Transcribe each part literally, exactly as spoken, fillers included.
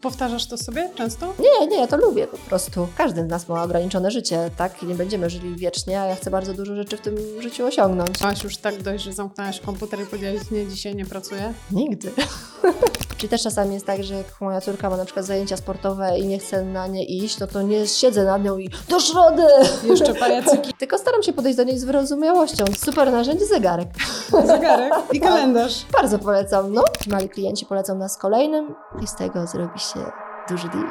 Powtarzasz to sobie często? Nie, nie, ja to lubię po prostu. Każdy z nas ma ograniczone życie, tak? I nie będziemy żyli wiecznie, a ja chcę bardzo dużo rzeczy w tym życiu osiągnąć. Masz już tak dość, że zamknęłaś komputer i powiedziałaś, nie, dzisiaj nie pracuję? Nigdy. Czyli też czasami jest tak, że jak moja córka ma na przykład zajęcia sportowe i nie chce na nie iść, no to nie siedzę nad nią i do środy! Jeszcze pajacyki. Tylko staram się podejść do niej z wyrozumiałością. Super narzędzie, zegarek. Zegarek i kalendarz. Bardzo polecam, no. Mali klienci polecą nas kolejnym i z tego zrobi się duży deal.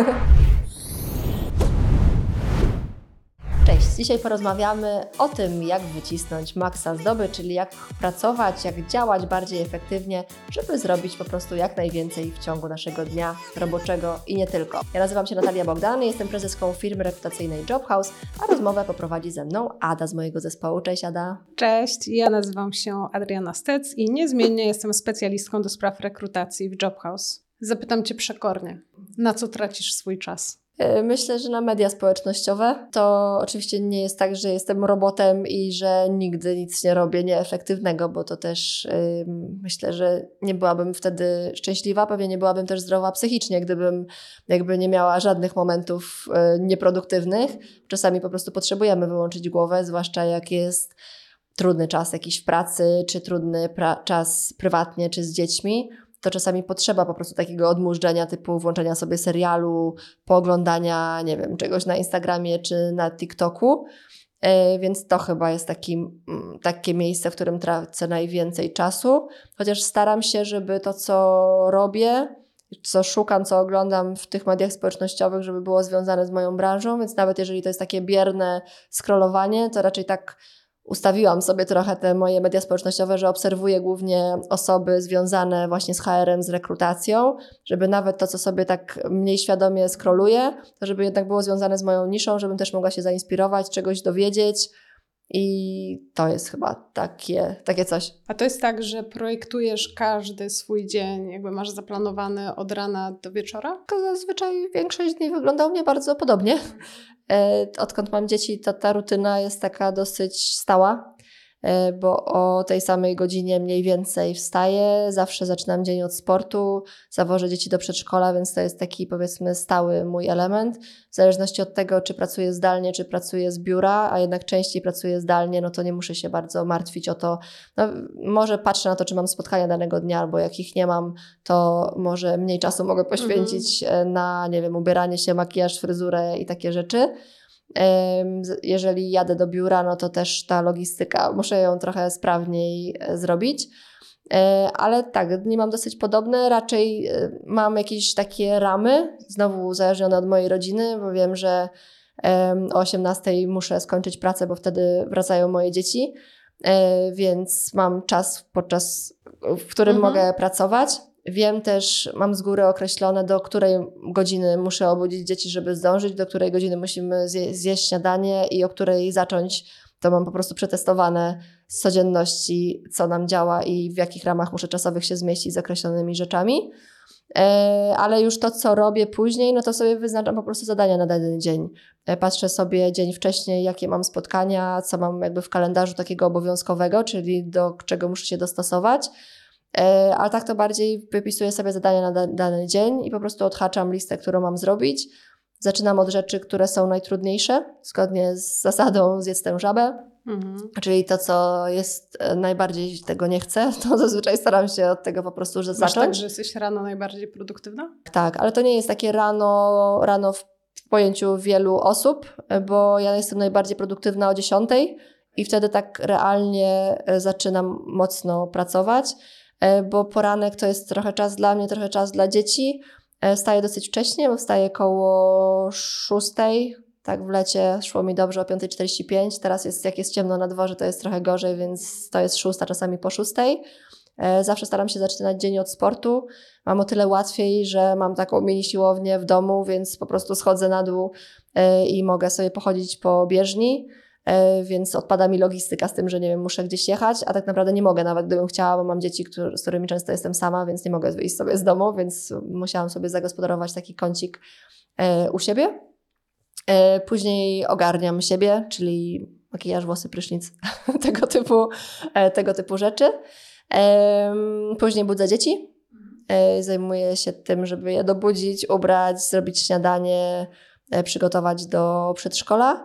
Cześć, dzisiaj porozmawiamy o tym, jak wycisnąć maksa z doby, czyli jak pracować, jak działać bardziej efektywnie, żeby zrobić po prostu jak najwięcej w ciągu naszego dnia roboczego i nie tylko. Ja nazywam się Natalia Bogdan, jestem prezeską firmy rekrutacyjnej Jobhouse, a rozmowę poprowadzi ze mną Ada z mojego zespołu. Cześć Ada. Cześć, ja nazywam się Adriana Stec i niezmiennie jestem specjalistką do spraw rekrutacji w Jobhouse. Zapytam Cię przekornie, na co tracisz swój czas? Myślę, że na media społecznościowe. To oczywiście nie jest tak, że jestem robotem i że nigdy nic nie robię nieefektywnego, bo to też yy, myślę, że nie byłabym wtedy szczęśliwa, pewnie nie byłabym też zdrowa psychicznie, gdybym jakby nie miała żadnych momentów yy, nieproduktywnych. Czasami po prostu potrzebujemy wyłączyć głowę, zwłaszcza jak jest trudny czas jakiś w pracy, czy trudny pra- czas prywatnie, czy z dziećmi. To czasami potrzeba po prostu takiego odmurzenia typu włączenia sobie serialu, pooglądania, nie wiem, czegoś na Instagramie czy na TikToku. Yy, więc to chyba jest taki, mm, takie miejsce, w którym tracę najwięcej czasu. Chociaż staram się, żeby to, co robię, co szukam, co oglądam w tych mediach społecznościowych, żeby było związane z moją branżą. Więc nawet jeżeli to jest takie bierne scrollowanie, to raczej tak ustawiłam sobie trochę te moje media społecznościowe, że obserwuję głównie osoby związane właśnie z H R em, z rekrutacją, żeby nawet to, co sobie tak mniej świadomie scrolluję, to żeby jednak było związane z moją niszą, żebym też mogła się zainspirować, czegoś dowiedzieć i to jest chyba takie, takie coś. A to jest tak, że projektujesz każdy swój dzień, jakby masz zaplanowany od rana do wieczora? To zazwyczaj większość dni wygląda u mnie bardzo podobnie. Odkąd mam dzieci, to ta rutyna jest taka dosyć stała, bo o tej samej godzinie mniej więcej wstaję, zawsze zaczynam dzień od sportu, zawożę dzieci do przedszkola, więc to jest taki powiedzmy stały mój element. W zależności od tego, czy pracuję zdalnie, czy pracuję z biura, a jednak częściej pracuję zdalnie, no to nie muszę się bardzo martwić o to. No, może patrzę na to, czy mam spotkania danego dnia, albo jak ich nie mam, to może mniej czasu mogę poświęcić mhm. na, nie wiem, ubieranie się, makijaż, fryzurę i takie rzeczy. Jeżeli jadę do biura, no to też ta logistyka, muszę ją trochę sprawniej zrobić. Ale tak, dni mam dosyć podobne, raczej mam jakieś takie ramy, znowu uzależnione od mojej rodziny, bo wiem, że o osiemnastej muszę skończyć pracę, bo wtedy wracają moje dzieci, więc mam czas, podczas w którym mhm. mogę pracować. Wiem też, mam z góry określone, do której godziny muszę obudzić dzieci, żeby zdążyć, do której godziny musimy zje- zjeść śniadanie i o której zacząć. To mam po prostu przetestowane z codzienności, co nam działa i w jakich ramach muszę czasowych się zmieścić z określonymi rzeczami. E, ale już to, co robię później, no to sobie wyznaczam po prostu zadania na dany dzień. E, patrzę sobie dzień wcześniej, jakie mam spotkania, co mam jakby w kalendarzu takiego obowiązkowego, czyli do czego muszę się dostosować. Ale tak to bardziej wypisuję sobie zadania na dany dzień i po prostu odhaczam listę, którą mam zrobić. Zaczynam od rzeczy, które są najtrudniejsze, zgodnie z zasadą zjedz tę żabę, mhm. czyli to, co jest najbardziej tego nie chcę, to zazwyczaj staram się od tego po prostu że zacząć. Masz tak, że jesteś rano najbardziej produktywna? Tak, ale to nie jest takie rano, rano w pojęciu wielu osób, bo ja jestem najbardziej produktywna o dziesiątej i wtedy tak realnie zaczynam mocno pracować. Bo poranek to jest trochę czas dla mnie, trochę czas dla dzieci. Wstaję dosyć wcześnie, bo wstaję koło szóstej. Tak w lecie szło mi dobrze o piąta czterdzieści pięć. Teraz jest, jak jest ciemno na dworze, to jest trochę gorzej, więc to jest szósta, czasami po szóstej. Zawsze staram się zaczynać dzień od sportu. Mam o tyle łatwiej, że mam taką mini siłownię w domu, więc po prostu schodzę na dół i mogę sobie pochodzić po bieżni. Więc odpada mi logistyka z tym, że nie wiem, muszę gdzieś jechać, a tak naprawdę nie mogę, nawet gdybym chciała, bo mam dzieci, który, z którymi często jestem sama, więc nie mogę wyjść sobie z domu, więc musiałam sobie zagospodarować taki kącik u siebie. Później ogarniam siebie, czyli makijaż, włosy, prysznic, tego typu, tego typu rzeczy. Później budzę dzieci. Zajmuję się tym, żeby je dobudzić, ubrać, zrobić śniadanie, przygotować do przedszkola.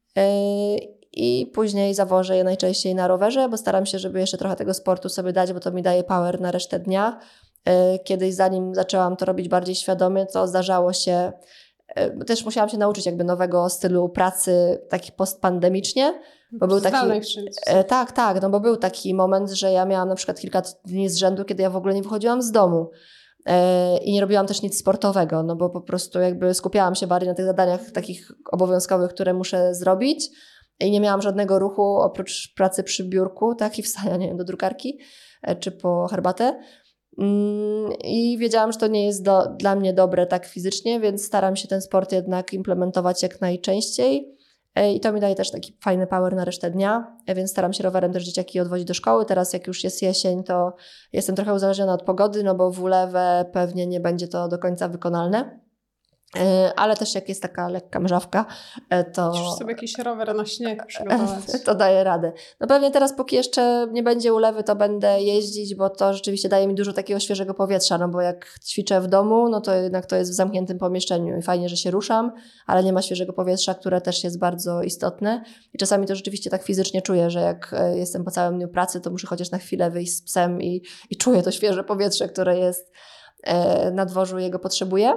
I później zawożę je najczęściej na rowerze, bo staram się, żeby jeszcze trochę tego sportu sobie dać, bo to mi daje power na resztę dnia. Kiedyś, zanim zaczęłam to robić bardziej świadomie, to zdarzało się, bo też musiałam się nauczyć jakby nowego stylu pracy, taki postpandemicznie, bo był taki... Tak, tak, no bo był taki moment, że ja miałam na przykład kilka dni z rzędu, kiedy ja w ogóle nie wychodziłam z domu i nie robiłam też nic sportowego, no bo po prostu jakby skupiałam się bardziej na tych zadaniach takich obowiązkowych, które muszę zrobić i nie miałam żadnego ruchu oprócz pracy przy biurku, tak, i wstania, nie wiem, do drukarki czy po herbatę. I wiedziałam, że to nie jest do, dla mnie dobre tak fizycznie, więc staram się ten sport jednak implementować jak najczęściej i to mi daje też taki fajny power na resztę dnia, więc staram się rowerem też dzieciaki odwozić do szkoły. Teraz jak już jest jesień, to jestem trochę uzależniona od pogody, no bo w ulewę pewnie nie będzie to do końca wykonalne. Ale też jak jest taka lekka mrzawka, to... Musisz sobie jakiś rower na śnieg przygotować. To daje radę. No pewnie teraz, póki jeszcze nie będzie ulewy, to będę jeździć, bo to rzeczywiście daje mi dużo takiego świeżego powietrza, no bo jak ćwiczę w domu, no to jednak to jest w zamkniętym pomieszczeniu i fajnie, że się ruszam, ale nie ma świeżego powietrza, które też jest bardzo istotne. I czasami to rzeczywiście tak fizycznie czuję, że jak jestem po całym dniu pracy, to muszę chociaż na chwilę wyjść z psem i, i czuję to świeże powietrze, które jest na dworzu, jego potrzebuję.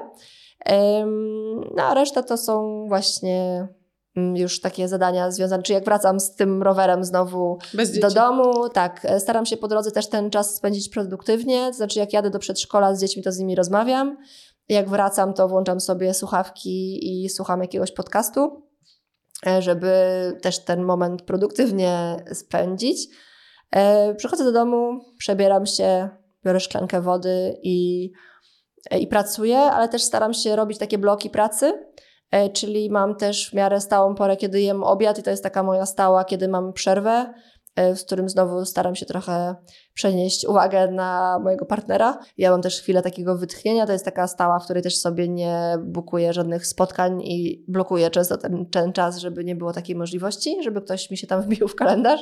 No a reszta to są właśnie już takie zadania związane, czy jak wracam z tym rowerem znowu do domu, tak, staram się po drodze też ten czas spędzić produktywnie, to znaczy jak jadę do przedszkola z dziećmi, to z nimi rozmawiam, jak wracam, to włączam sobie słuchawki i słucham jakiegoś podcastu, żeby też ten moment produktywnie spędzić. Przychodzę do domu, przebieram się, biorę szklankę wody i i pracuję, ale też staram się robić takie bloki pracy, czyli mam też w miarę stałą porę, kiedy jem obiad i to jest taka moja stała, kiedy mam przerwę, z którym znowu staram się trochę przenieść uwagę na mojego partnera. Ja mam też chwilę takiego wytchnienia, to jest taka stała, w której też sobie nie bukuję żadnych spotkań i blokuję często ten, ten czas, żeby nie było takiej możliwości, żeby ktoś mi się tam wbił w kalendarz.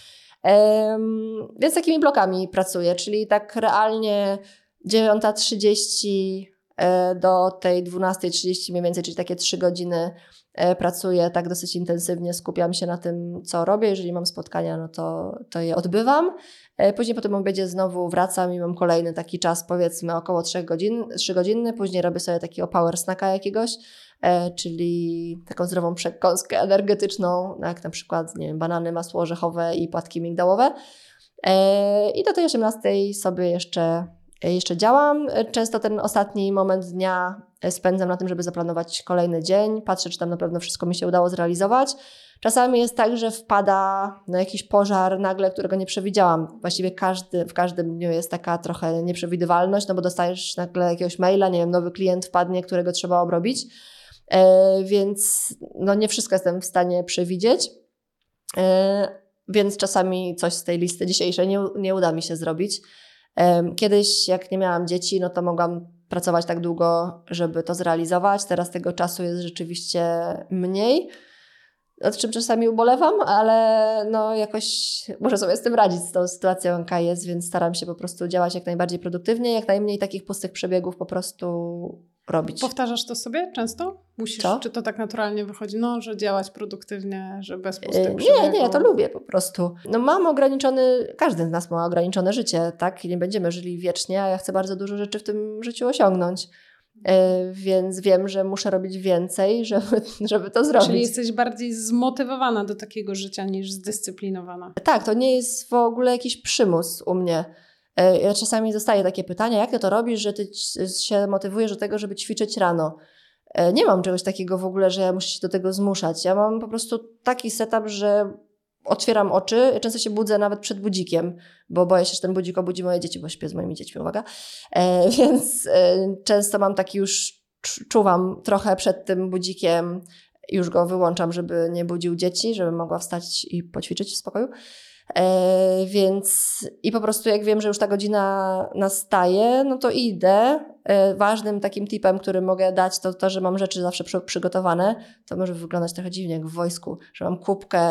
Um, więc takimi blokami pracuję, czyli tak realnie dziewiąta trzydzieści do tej dwunasta trzydzieści mniej więcej, czyli takie trzy godziny pracuję tak dosyć intensywnie, skupiam się na tym, co robię. Jeżeli mam spotkania, no to, to je odbywam. Później po tym obiedzie znowu wracam i mam kolejny taki czas, powiedzmy około trzy godzin, trzy godziny. Później robię sobie takiego power snacka jakiegoś, czyli taką zdrową przekąskę energetyczną, jak na przykład, nie wiem, banany, masło orzechowe i płatki migdałowe. I do tej osiemnastej sobie jeszcze Jeszcze działam. Często ten ostatni moment dnia spędzam na tym, żeby zaplanować kolejny dzień. Patrzę, czy tam na pewno wszystko mi się udało zrealizować. Czasami jest tak, że wpada na jakiś pożar nagle, którego nie przewidziałam. Właściwie każdy, w każdym dniu jest taka trochę nieprzewidywalność, no bo dostajesz nagle jakiegoś maila, nie wiem, nowy klient wpadnie, którego trzeba obrobić. E, więc no nie wszystko jestem w stanie przewidzieć. E, więc czasami coś z tej listy dzisiejszej nie, nie uda mi się zrobić. Kiedyś, jak nie miałam dzieci, no to mogłam pracować tak długo, żeby to zrealizować. Teraz tego czasu jest rzeczywiście mniej, nad czym czasami ubolewam, ale no jakoś muszę sobie z tym radzić, z tą sytuacją, jaka jest, więc staram się po prostu działać jak najbardziej produktywnie, jak najmniej takich pustych przebiegów po prostu robić. Powtarzasz to sobie często? Musisz, Co? Czy to tak naturalnie wychodzi? No, że działać produktywnie, że bez pustych Nie, przebiegów. nie, ja to lubię po prostu. No mam ograniczony, każdy z nas ma ograniczone życie, tak? I nie będziemy żyli wiecznie, a ja chcę bardzo dużo rzeczy w tym życiu osiągnąć. Yy, więc wiem, że muszę robić więcej, żeby, żeby to zrobić. Czyli jesteś bardziej zmotywowana do takiego życia niż zdyscyplinowana. Tak, to nie jest w ogóle jakiś przymus u mnie. Yy, ja czasami dostaję takie pytania, jak ty to robisz, że ty się motywujesz do tego, żeby ćwiczyć rano. Yy, nie mam czegoś takiego w ogóle, że ja muszę się do tego zmuszać. Ja mam po prostu taki setup, że otwieram oczy, ja często się budzę nawet przed budzikiem, bo boję się, że ten budzik obudzi moje dzieci, bo śpię z moimi dziećmi, uwaga. E, więc e, często mam taki już, czuwam trochę przed tym budzikiem, już go wyłączam, żeby nie budził dzieci, żeby mogła wstać i poćwiczyć w spokoju. E, więc i po prostu jak wiem, że już ta godzina nastaje, no to idę. E, ważnym takim tipem, który mogę dać, to to, że mam rzeczy zawsze przy, przygotowane. To może wyglądać trochę dziwnie, jak w wojsku, że mam kubkę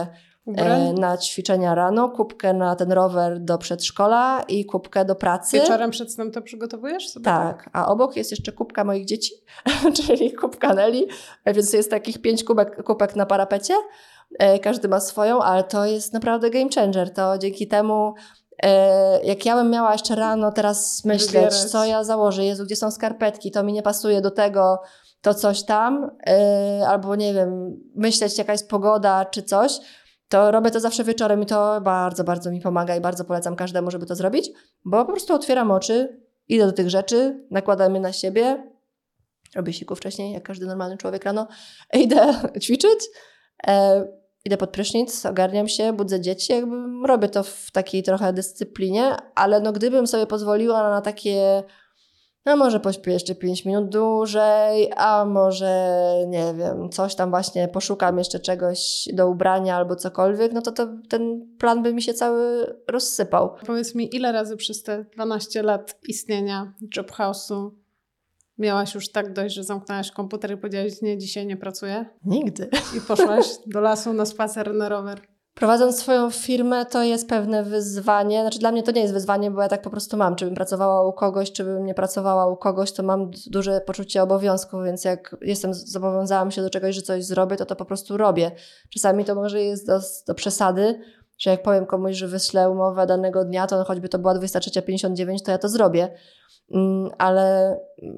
e, na ćwiczenia rano, kubkę na ten rower do przedszkola i kubkę do pracy. Wieczorem przed snem to przygotowujesz sobie? Tak, a obok jest jeszcze kubka moich dzieci, czyli kubka Neli, więc jest takich pięć kubek, kubek na parapecie. E, każdy ma swoją, ale to jest naprawdę game changer. To dzięki temu jak ja bym miała jeszcze rano teraz myśleć, Wybierać. co ja założę, Jezu, gdzie są skarpetki, to mi nie pasuje do tego, to coś tam, yy, albo nie wiem, myśleć jaka jest pogoda czy coś, to robię to zawsze wieczorem i to bardzo, bardzo mi pomaga i bardzo polecam każdemu, żeby to zrobić, bo po prostu otwieram oczy, idę do tych rzeczy, nakładam je na siebie, robię siku wcześniej, jak każdy normalny człowiek rano, idę ćwiczyć, yy, idę pod prysznic, ogarniam się, budzę dzieci, jakby robię to w takiej trochę dyscyplinie, ale no gdybym sobie pozwoliła na takie, no może pośpię jeszcze pięć minut dłużej, a może nie wiem, coś tam właśnie poszukam jeszcze czegoś do ubrania albo cokolwiek, no to, to ten plan by mi się cały rozsypał. Powiedz mi, ile razy przez te dwanaście lat istnienia Job House'u miałaś już tak dość, że zamknęłaś komputer i powiedziałaś, nie, dzisiaj nie pracuję? Nigdy. I poszłaś do lasu na spacer, na rower. Prowadząc swoją firmę to jest pewne wyzwanie. Znaczy dla mnie to nie jest wyzwanie, bo ja tak po prostu mam. Czy bym pracowała u kogoś, czy bym nie pracowała u kogoś, to mam duże poczucie obowiązku, więc jak jestem, zobowiązałam się do czegoś, że coś zrobię, to to po prostu robię. Czasami to może jest do, do przesady, że jak powiem komuś, że wyślę umowę danego dnia, to choćby to była dwudziesta trzecia pięćdziesiąt dziewięć, to ja to zrobię. Ale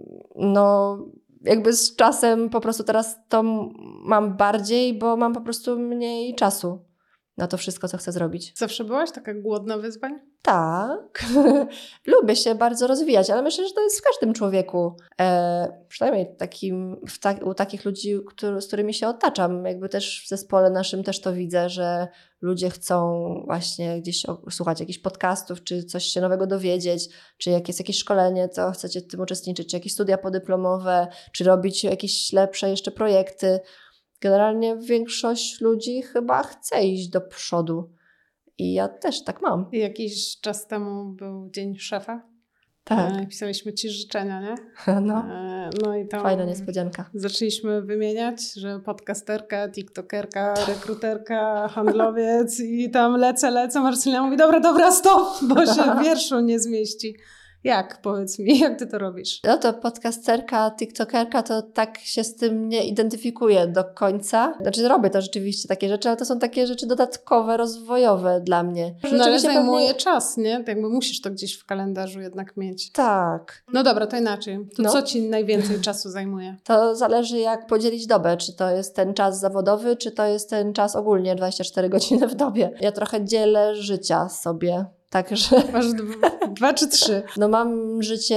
no jakby z czasem po prostu teraz to mam bardziej, bo mam po prostu mniej czasu na to wszystko, co chcę zrobić. Zawsze byłaś taka głodna wyzwań? Tak. Lubię się bardzo rozwijać, ale myślę, że to jest w każdym człowieku. E, przynajmniej takim, w ta, u takich ludzi, który, z którymi się otaczam. Jakby też w zespole naszym też to widzę, że ludzie chcą właśnie gdzieś słuchać jakichś podcastów, czy coś się nowego dowiedzieć, czy jak jest jakieś szkolenie, to chcecie w tym uczestniczyć, czy jakieś studia podyplomowe, czy robić jakieś lepsze jeszcze projekty. Generalnie większość ludzi chyba chce iść do przodu. I ja też tak mam. I jakiś czas temu był Dzień Szefa. Tak. E, pisaliśmy Ci życzenia, nie? No. E, no i tam fajna niespodzianka. Zaczęliśmy wymieniać, że podcasterka, tiktokerka, rekruterka, handlowiec i tam lecę, lecę. Marcelina mówi, dobra, dobra, stop, bo się w wierszu nie zmieści. Jak? Powiedz mi, jak ty to robisz? No to podcasterka, tiktokerka, to tak się z tym nie identyfikuję do końca. Znaczy robię to rzeczywiście takie rzeczy, ale to są takie rzeczy dodatkowe, rozwojowe dla mnie. No ale zajmuje pewnie... czas, nie? Jakby musisz to gdzieś w kalendarzu jednak mieć. Tak. No dobra, to inaczej. To no. co ci najwięcej czasu zajmuje? To zależy jak podzielić dobę. Czy to jest ten czas zawodowy, czy to jest ten czas ogólnie dwadzieścia cztery godziny w dobie. Ja trochę dzielę życia sobie. Także... Masz dwa, dwa czy trzy? No mam życie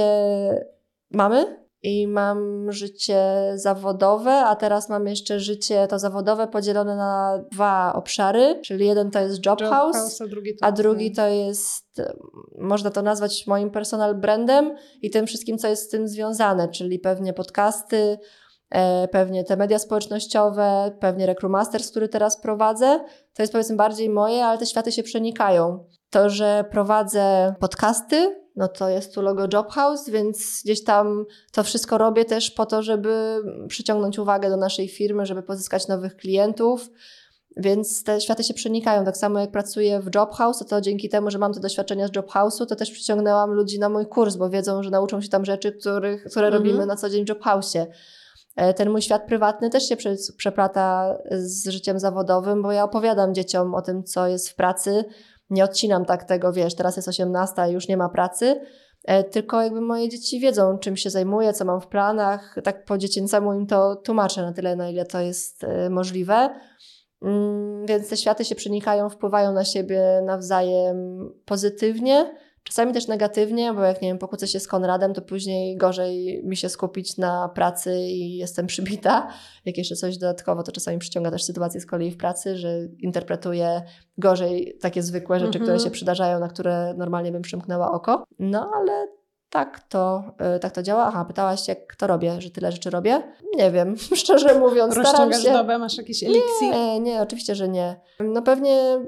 mamy i mam życie zawodowe, a teraz mam jeszcze życie to zawodowe podzielone na dwa obszary, czyli jeden to jest Job, Job House, house, a drugi to, a drugi to jest, można to nazwać moim personal brandem i tym wszystkim, co jest z tym związane, czyli pewnie podcasty, pewnie te media społecznościowe, pewnie Recruitmasters, który teraz prowadzę. To jest powiedzmy bardziej moje, ale te światy się przenikają. To, że prowadzę podcasty, no to jest tu logo Job House, więc gdzieś tam to wszystko robię też po to, żeby przyciągnąć uwagę do naszej firmy, żeby pozyskać nowych klientów, więc te światy się przenikają. Tak samo jak pracuję w Job House, to, to dzięki temu, że mam te doświadczenia z Job House'u, to też przyciągnęłam ludzi na mój kurs, bo wiedzą, że nauczą się tam rzeczy, których, które mhm. robimy na co dzień w Job House'ie. Ten mój świat prywatny też się przeplata z życiem zawodowym, bo ja opowiadam dzieciom o tym, co jest w pracy. Nie odcinam tak tego, wiesz, teraz jest osiemnasta i już nie ma pracy, tylko jakby moje dzieci wiedzą, czym się zajmuję, co mam w planach. Tak po dziecięcemu im to tłumaczę na tyle, na ile to jest możliwe. Więc te światy się przenikają, wpływają na siebie nawzajem pozytywnie. Czasami też negatywnie, bo jak nie wiem, pokłócę się z Konradem, to później gorzej mi się skupić na pracy i jestem przybita. Jak jeszcze coś dodatkowo, to czasami przyciąga też sytuację z kolei w pracy, że interpretuję gorzej takie zwykłe rzeczy, mm-hmm. które się przydarzają, na które normalnie bym przymknęła oko. No ale tak to, yy, tak to działa. Aha, pytałaś jak to robię, że tyle rzeczy robię? Nie wiem, szczerze mówiąc. Staram się... dobę, masz jakiś eliksir? Nie, nie, oczywiście, że nie. No pewnie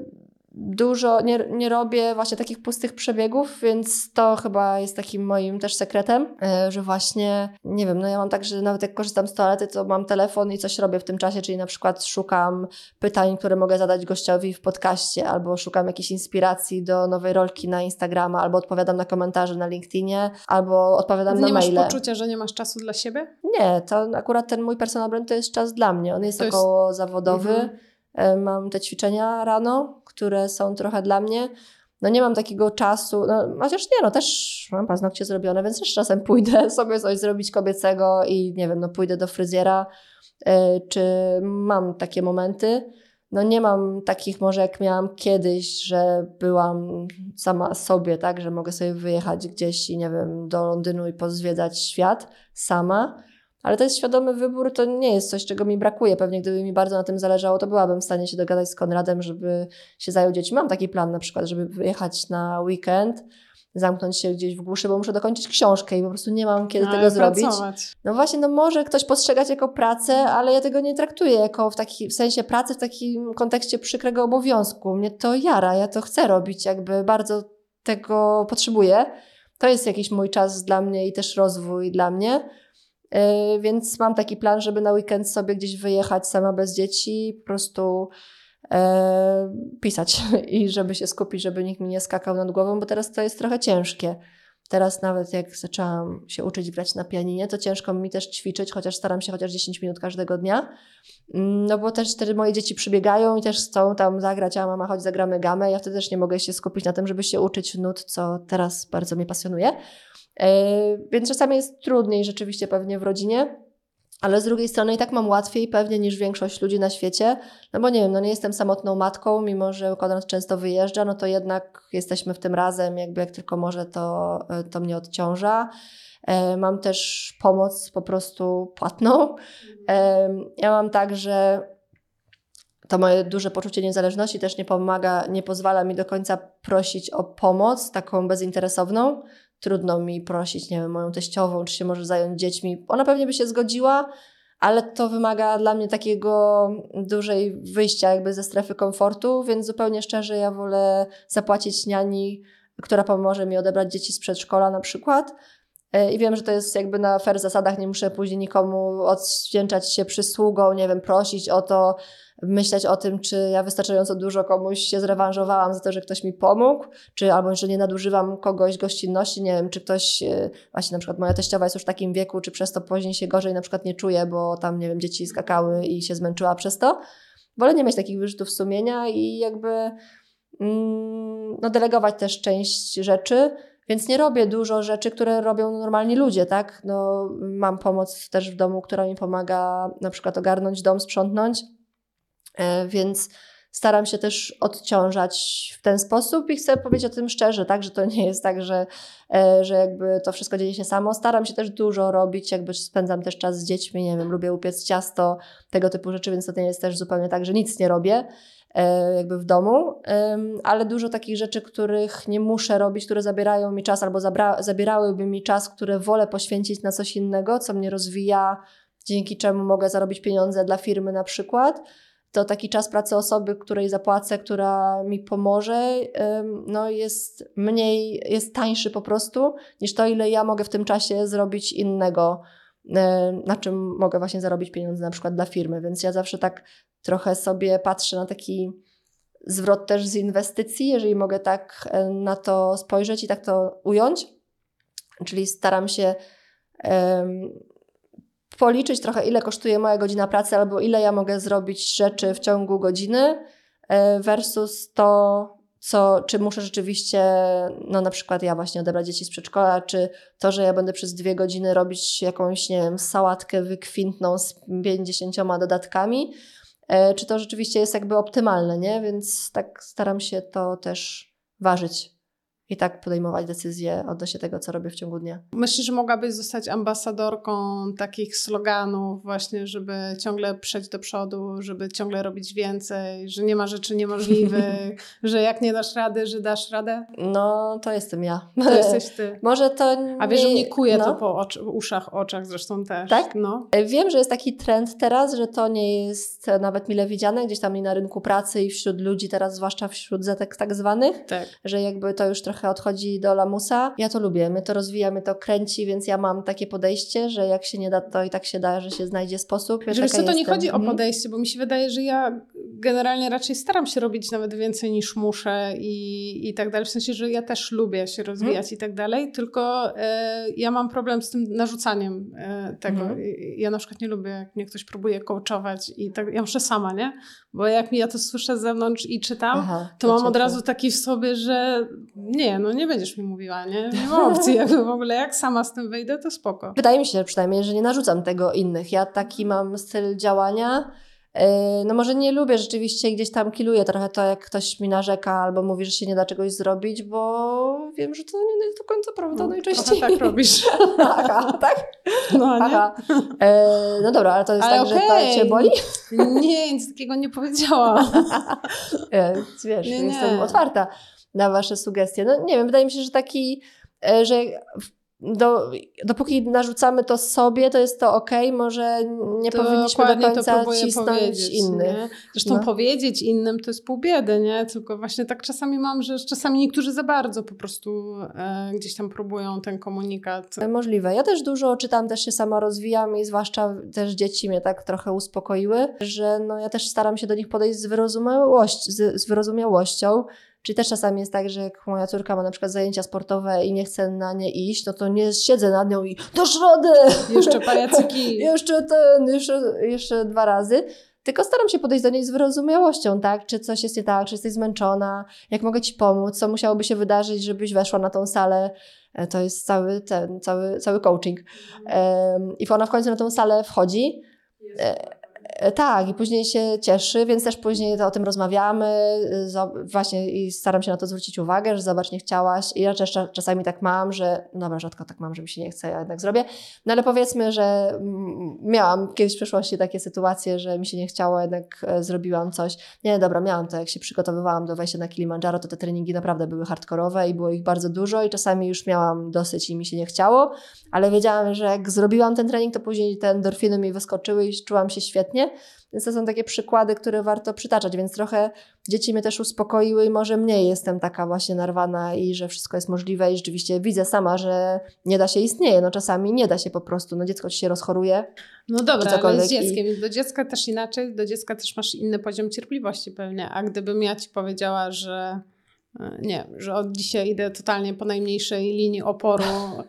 dużo, nie, nie robię właśnie takich pustych przebiegów, więc to chyba jest takim moim też sekretem, że właśnie, nie wiem, no ja mam tak, że nawet jak korzystam z toalety, to mam telefon i coś robię w tym czasie, czyli na przykład szukam pytań, które mogę zadać gościowi w podcaście, albo szukam jakiejś inspiracji do nowej rolki na Instagrama, albo odpowiadam na komentarze na LinkedInie, albo odpowiadam nie na maile. Nie masz poczucia, że nie masz czasu dla siebie? Nie, to akurat ten mój personal brand to jest czas dla mnie. On jest, jest... około zawodowy. Mhm. Mam te ćwiczenia rano, które są trochę dla mnie. No nie mam takiego czasu, no chociaż nie, no też mam paznokcie zrobione, więc też czasem pójdę sobie coś zrobić kobiecego i nie wiem, no pójdę do fryzjera, yy, czy mam takie momenty. No nie mam takich może jak miałam kiedyś, że byłam sama sobie, tak, że mogę sobie wyjechać gdzieś i nie wiem, do Londynu i pozwiedzać świat sama. Ale to jest świadomy wybór, to nie jest coś, czego mi brakuje. Pewnie gdyby mi bardzo na tym zależało, to byłabym w stanie się dogadać z Konradem, żeby się zajął dziećmi. Mam taki plan na przykład, żeby wyjechać na weekend, zamknąć się gdzieś w głuszy, bo muszę dokończyć książkę i po prostu nie mam kiedy ale tego zrobić. Pracować. No właśnie, no może ktoś postrzegać jako pracę, ale ja tego nie traktuję jako w, taki, w sensie pracy w takim kontekście przykrego obowiązku. Mnie to jara, ja to chcę robić, jakby bardzo tego potrzebuję. To jest jakiś mój czas dla mnie i też rozwój dla mnie. Yy, więc mam taki plan, żeby na weekend sobie gdzieś wyjechać sama bez dzieci, po prostu yy, pisać i żeby się skupić, żeby nikt mi nie skakał nad głową, bo teraz to jest trochę ciężkie. Teraz nawet jak zaczęłam się uczyć grać na pianinie, to ciężko mi też ćwiczyć, chociaż staram się chociaż dziesięć minut każdego dnia, no bo też wtedy moje dzieci przybiegają i też chcą tam zagrać, a mama chodź zagramy gamę, ja wtedy też nie mogę się skupić na tym, żeby się uczyć nut, co teraz bardzo mnie pasjonuje. Yy, więc czasami jest trudniej rzeczywiście pewnie w rodzinie, ale z drugiej strony i tak mam łatwiej pewnie niż większość ludzi na świecie, no bo nie wiem, no nie jestem samotną matką, mimo że Konrad często wyjeżdża, no to jednak jesteśmy w tym razem, jakby jak tylko może to, to mnie odciąża. Yy, mam też pomoc po prostu płatną. Yy, ja mam tak, że to moje duże poczucie niezależności też nie pomaga, nie pozwala mi do końca prosić o pomoc taką bezinteresowną. Trudno mi prosić, nie wiem, moją teściową, czy się może zająć dziećmi. Ona pewnie by się zgodziła, ale to wymaga dla mnie takiego dużej wyjścia jakby ze strefy komfortu, więc zupełnie szczerze ja wolę zapłacić niani, która pomoże mi odebrać dzieci z przedszkola na przykład. I wiem, że to jest jakby na fair zasadach, nie muszę później nikomu odwdzięczać się przysługą, nie wiem, prosić o to, myśleć o tym, czy ja wystarczająco dużo komuś się zrewanżowałam za to, że ktoś mi pomógł, czy albo że nie nadużywam kogoś gościnności, nie wiem, czy ktoś, właśnie na przykład moja teściowa jest już w takim wieku, czy przez to później się gorzej na przykład nie czuje, bo tam, nie wiem, dzieci skakały i się zmęczyła przez to. Wolę nie mieć takich wyrzutów sumienia i jakby mm, no delegować też część rzeczy. Więc nie robię dużo rzeczy, które robią normalni ludzie, tak? No, mam pomoc też w domu, która mi pomaga na przykład ogarnąć dom, sprzątnąć, e, więc staram się też odciążać w ten sposób i chcę powiedzieć o tym szczerze, tak? Że to nie jest tak, że, e, że jakby to wszystko dzieje się samo. Staram się też dużo robić, jakby spędzam też czas z dziećmi, nie wiem, lubię upiec ciasto, tego typu rzeczy, więc to nie jest też zupełnie tak, że nic nie robię jakby w domu, ale dużo takich rzeczy, których nie muszę robić, które zabierają mi czas albo zabra- zabierałyby mi czas, które wolę poświęcić na coś innego, co mnie rozwija, dzięki czemu mogę zarobić pieniądze dla firmy na przykład. To taki czas pracy osoby, której zapłacę, która mi pomoże, no jest mniej, jest tańszy po prostu niż to, ile ja mogę w tym czasie zrobić innego, na czym mogę właśnie zarobić pieniądze na przykład dla firmy, więc ja zawsze tak trochę sobie patrzę na taki zwrot też z inwestycji, jeżeli mogę tak na to spojrzeć i tak to ująć, czyli staram się um, policzyć trochę, ile kosztuje moja godzina pracy albo ile ja mogę zrobić rzeczy w ciągu godziny versus to, co, czy muszę rzeczywiście, no na przykład ja właśnie odebrać dzieci z przedszkola, czy to, że ja będę przez dwie godziny robić jakąś, nie wiem, sałatkę wykwintną z pięćdziesięcioma dodatkami, e, czy to rzeczywiście jest jakby optymalne, nie? Więc tak staram się to też ważyć i tak podejmować decyzje odnośnie tego, co robię w ciągu dnia. Myślisz, że mogłabyś zostać ambasadorką takich sloganów właśnie, żeby ciągle przejść do przodu, żeby ciągle robić więcej, że nie ma rzeczy niemożliwych, że jak nie dasz rady, że dasz radę? No, to jestem ja. To jesteś ty. Może to nie... A wiesz, że mnie kuje no. to po ocz- uszach, oczach zresztą też. Tak? No. Wiem, że jest taki trend teraz, że to nie jest nawet mile widziane gdzieś tam i na rynku pracy i wśród ludzi teraz, zwłaszcza wśród zetek tak zwanych, Tak. że jakby to już trochę odchodzi do lamusa. Ja to lubię, mnie to rozwija, mnie to kręci, więc ja mam takie podejście, że jak się nie da, to i tak się da, że się znajdzie sposób. Ja Że wiesz co, to jestem. nie chodzi o mhm. podejście, bo mi się wydaje, że ja generalnie raczej staram się robić nawet więcej niż muszę i, i tak dalej. W sensie, że ja też lubię się rozwijać mhm. i tak dalej, tylko e, ja mam problem z tym narzucaniem e, tego. Mhm. Ja na przykład nie lubię, jak mnie ktoś próbuje coachować i tak, ja muszę sama, nie? Bo jak mi ja to słyszę z zewnątrz i czytam, Aha, to, to mam od razu taki w sobie, że nie, no nie będziesz mi mówiła, nie? Nie ma opcji, jakby w ogóle jak sama z tym wyjdę, to spoko. Wydaje mi się przynajmniej, że nie narzucam tego innych. Ja taki mam styl działania. No może nie lubię rzeczywiście, gdzieś tam kiluję trochę to, jak ktoś mi narzeka albo mówi, że się nie da czegoś zrobić, bo wiem, że to nie jest do końca prawda no, najczęściej. Tak robisz. Aha, tak? No nie? Aha. E, no dobra, ale to jest ale tak, okay. że to cię boli? Nie, nic takiego nie powiedziałam. e, wiesz, nie, jestem nie. otwarta na wasze sugestie. No nie wiem, wydaje mi się, że taki, że Do, dopóki narzucamy to sobie, to jest to okej, okay, może nie to powinniśmy do końca to cisnąć innych. Nie? Zresztą no. powiedzieć innym to jest pół biedy, nie? Tylko właśnie tak czasami mam, że czasami niektórzy za bardzo po prostu e, gdzieś tam próbują ten komunikat. Możliwe. Ja też dużo czytam, też się sama rozwijam i zwłaszcza też dzieci mnie tak trochę uspokoiły, że no ja też staram się do nich podejść z, wyrozumiałość, z, z wyrozumiałością. Czyli też czasami jest tak, że jak moja córka ma na przykład zajęcia sportowe i nie chce na nie iść, no to nie siedzę nad nią i dasz radę! Jeszcze pajacyki. jeszcze ten, jeszcze, jeszcze dwa razy. Tylko staram się podejść do niej z wyrozumiałością, tak? Czy coś jest nie tak, czy jesteś zmęczona, jak mogę ci pomóc, co musiałoby się wydarzyć, żebyś weszła na tą salę. To jest cały ten, cały, cały coaching. Um, I ona w końcu na tą salę wchodzi. Tak, i później się cieszy, więc też później to o tym rozmawiamy, właśnie i staram się na to zwrócić uwagę, że zobacz, nie chciałaś. I ja też czasami tak mam, że no dobra, rzadko tak mam, że mi się nie chce, ja jednak zrobię. No ale powiedzmy, że miałam kiedyś w przeszłości takie sytuacje, że mi się nie chciało, jednak zrobiłam coś. Nie, dobra, miałam to, jak się przygotowywałam do wejścia na Kilimandżaro, to te treningi naprawdę były hardkorowe i było ich bardzo dużo i czasami już miałam dosyć i mi się nie chciało, ale wiedziałam, że jak zrobiłam ten trening, to później te endorfiny mi wyskoczyły i czułam się świetnie. Więc to są takie przykłady, które warto przytaczać, więc trochę dzieci mnie też uspokoiły i może mniej jestem taka właśnie narwana i że wszystko jest możliwe i rzeczywiście widzę sama, że nie da się, istnieje, no czasami nie da się po prostu, no dziecko ci się rozchoruje. No dobra, ale z dzieckiem, i... do dziecka też inaczej, do dziecka też masz inny poziom cierpliwości pewnie, a gdybym ja ci powiedziała, że nie, że od dzisiaj idę totalnie po najmniejszej linii oporu.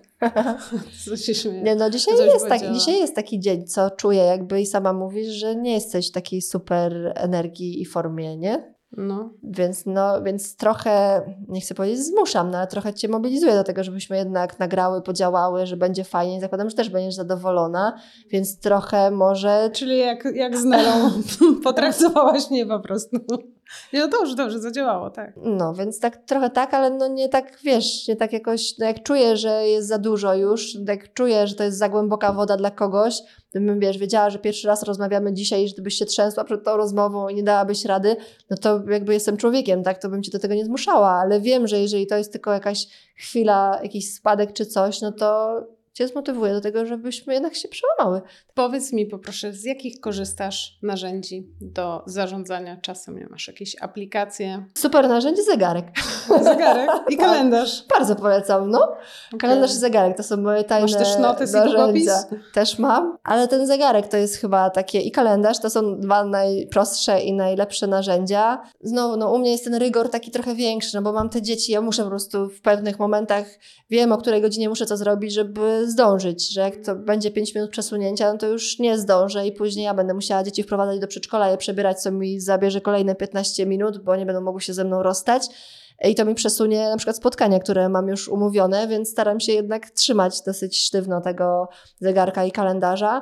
Co się śmieje? Nie, no dzisiaj jest, taki, dzisiaj jest taki dzień, co czuję jakby i sama mówisz, że nie jesteś w takiej super energii i formie, nie? No. Więc, no, więc trochę, nie chcę powiedzieć zmuszam, no, ale trochę cię mobilizuję do tego, żebyśmy jednak nagrały, podziałały, że będzie fajnie. Zakładam, że też będziesz zadowolona, więc trochę może... Czyli jak, jak z Nelą potraktowałaś mnie po prostu. No dobrze, dobrze, zadziałało, tak. No, więc tak trochę tak, ale no nie tak, wiesz, nie tak jakoś, no jak czuję, że jest za dużo już, jak czuję, że to jest za głęboka woda dla kogoś, gdybym, wiesz, wiedziała, że pierwszy raz rozmawiamy dzisiaj, że gdybyś się trzęsła przed tą rozmową i nie dałabyś rady, no to jakby jestem człowiekiem, tak, to bym cię do tego nie zmuszała, ale wiem, że jeżeli to jest tylko jakaś chwila, jakiś spadek czy coś, no to cię zmotywuje do tego, żebyśmy jednak się przełamały. Powiedz mi poproszę, z jakich korzystasz narzędzi do zarządzania czasem? Nie masz jakieś aplikacje? Super narzędzie, zegarek. Zegarek i kalendarz. Bardzo polecam, no. Okay. Kalendarz i zegarek to są moje tajne narzędzia. Masz też notes i długopis? Też mam, ale ten zegarek to jest chyba takie i kalendarz, to są dwa najprostsze i najlepsze narzędzia. Znowu, no u mnie jest ten rygor taki trochę większy, no bo mam te dzieci, ja muszę po prostu w pewnych momentach, wiem o której godzinie muszę co zrobić, żeby zdążyć, że jak to będzie pięć minut przesunięcia, no to już nie zdążę i później ja będę musiała dzieci wprowadzać do przedszkola, je przebierać, co mi zabierze kolejne piętnaście minut, bo nie będą mogły się ze mną rozstać i to mi przesunie na przykład spotkania, które mam już umówione, więc staram się jednak trzymać dosyć sztywno tego zegarka i kalendarza.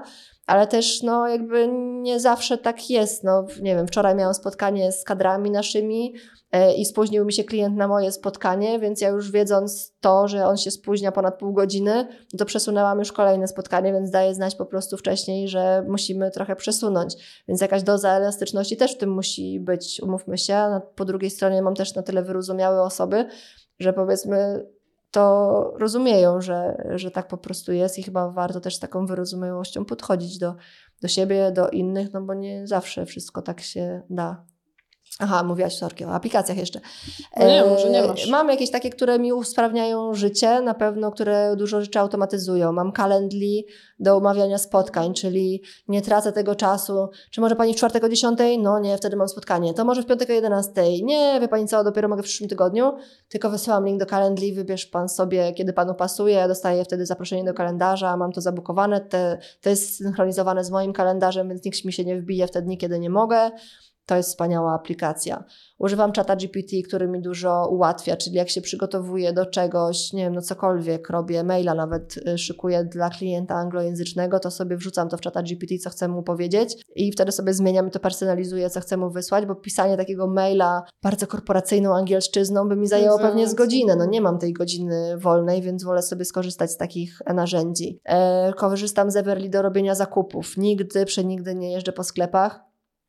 ale też no jakby nie zawsze tak jest. No nie wiem, wczoraj miałam spotkanie z kadrami naszymi i spóźnił mi się klient na moje spotkanie, więc ja już wiedząc to, że on się spóźnia ponad pół godziny, to przesunęłam już kolejne spotkanie, więc daję znać po prostu wcześniej, że musimy trochę przesunąć. Więc jakaś doza elastyczności też w tym musi być, umówmy się. A po drugiej stronie mam też na tyle wyrozumiałe osoby, że powiedzmy to rozumieją, że, że tak po prostu jest i chyba warto też z taką wyrozumiałością podchodzić do, do siebie, do innych, no bo nie zawsze wszystko tak się da. Aha, mówiłaś sorki, o aplikacjach jeszcze. No nie, może nie masz. Mam jakieś takie, które mi usprawniają życie, na pewno, które dużo rzeczy automatyzują. Mam Calendly do umawiania spotkań, czyli nie tracę tego czasu. Czy może Pani w czwartek o dziesiątej? No nie, wtedy mam spotkanie. To może w piątek o jedenastej? Nie, wie Pani co, dopiero mogę w przyszłym tygodniu. Tylko wysyłam link do Calendly, wybierz Pan sobie, kiedy Panu pasuje. Ja dostaję wtedy zaproszenie do kalendarza, mam to zabukowane. Te, to jest synchronizowane z moim kalendarzem, więc nikt mi się nie wbije w te dni, kiedy nie mogę. To jest wspaniała aplikacja. Używam czata G P T, który mi dużo ułatwia, czyli jak się przygotowuję do czegoś, nie wiem, no cokolwiek, robię maila, nawet szykuję dla klienta anglojęzycznego, to sobie wrzucam to w czata G P T, co chcę mu powiedzieć i wtedy sobie zmieniam i to personalizuję, co chcę mu wysłać, bo pisanie takiego maila bardzo korporacyjną angielszczyzną by mi zajęło pewnie z godzinę. No nie mam tej godziny wolnej, więc wolę sobie skorzystać z takich narzędzi. E, korzystam z Everly do robienia zakupów. Nigdy, przenigdy nie jeżdżę po sklepach.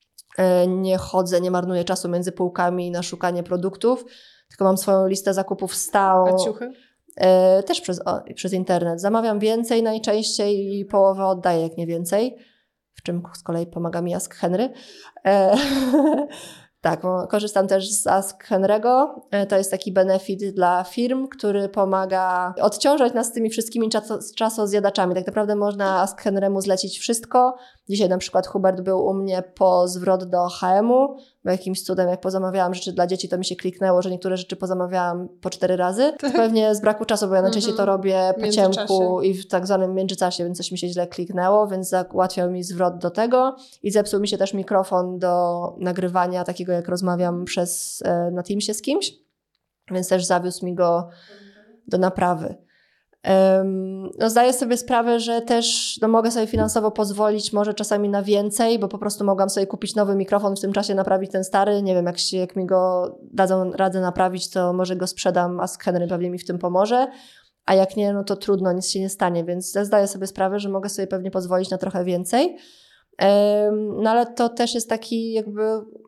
Nie chodzę, nie marnuję czasu między półkami na szukanie produktów, tylko mam swoją listę zakupów stałą. A ciuchy? E, też przez, o, przez internet. Zamawiam więcej najczęściej i połowę oddaję, jak nie więcej, w czym z kolei pomaga mi Ask Henry. E, tak, korzystam też z Ask Henry'ego. E, to jest taki benefit dla firm, który pomaga odciążać nas tymi wszystkimi czaso, czasozjadaczami. Tak naprawdę można Ask Henry'emu zlecić wszystko. Dzisiaj na przykład Hubert był u mnie po zwrot do H and M-u, bo jakimś cudem jak pozamawiałam rzeczy dla dzieci, to mi się kliknęło, że niektóre rzeczy pozamawiałam po cztery razy. To pewnie z braku czasu, bo ja najczęściej to robię po ciemku i w tak zwanym międzyczasie, więc coś mi się źle kliknęło, więc załatwiał mi zwrot do tego i zepsuł mi się też mikrofon do nagrywania takiego, jak rozmawiam przez, na Teamsie z kimś, więc też zawiózł mi go do naprawy. Um, no zdaję sobie sprawę, że też no, mogę sobie finansowo pozwolić może czasami na więcej, bo po prostu mogłam sobie kupić nowy mikrofon, w tym czasie naprawić ten stary. Nie wiem, jak, się, jak mi go dadzą radę naprawić, to może go sprzedam, Ask Henry pewnie mi w tym pomoże, a jak nie, no to trudno, nic się nie stanie, więc zdaję sobie sprawę, że mogę sobie pewnie pozwolić na trochę więcej. Um, no ale to też jest taki jakby...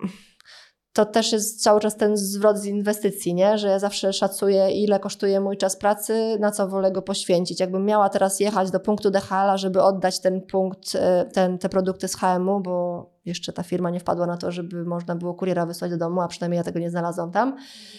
To też jest cały czas ten zwrot z inwestycji, nie? Że ja zawsze szacuję, ile kosztuje mój czas pracy, na co wolę go poświęcić. Jakbym miała teraz jechać do punktu D H L-a, żeby oddać ten punkt, ten, te produkty z H and M-u, bo jeszcze ta firma nie wpadła na to, żeby można było kuriera wysłać do domu, a przynajmniej ja tego nie znalazłam tam.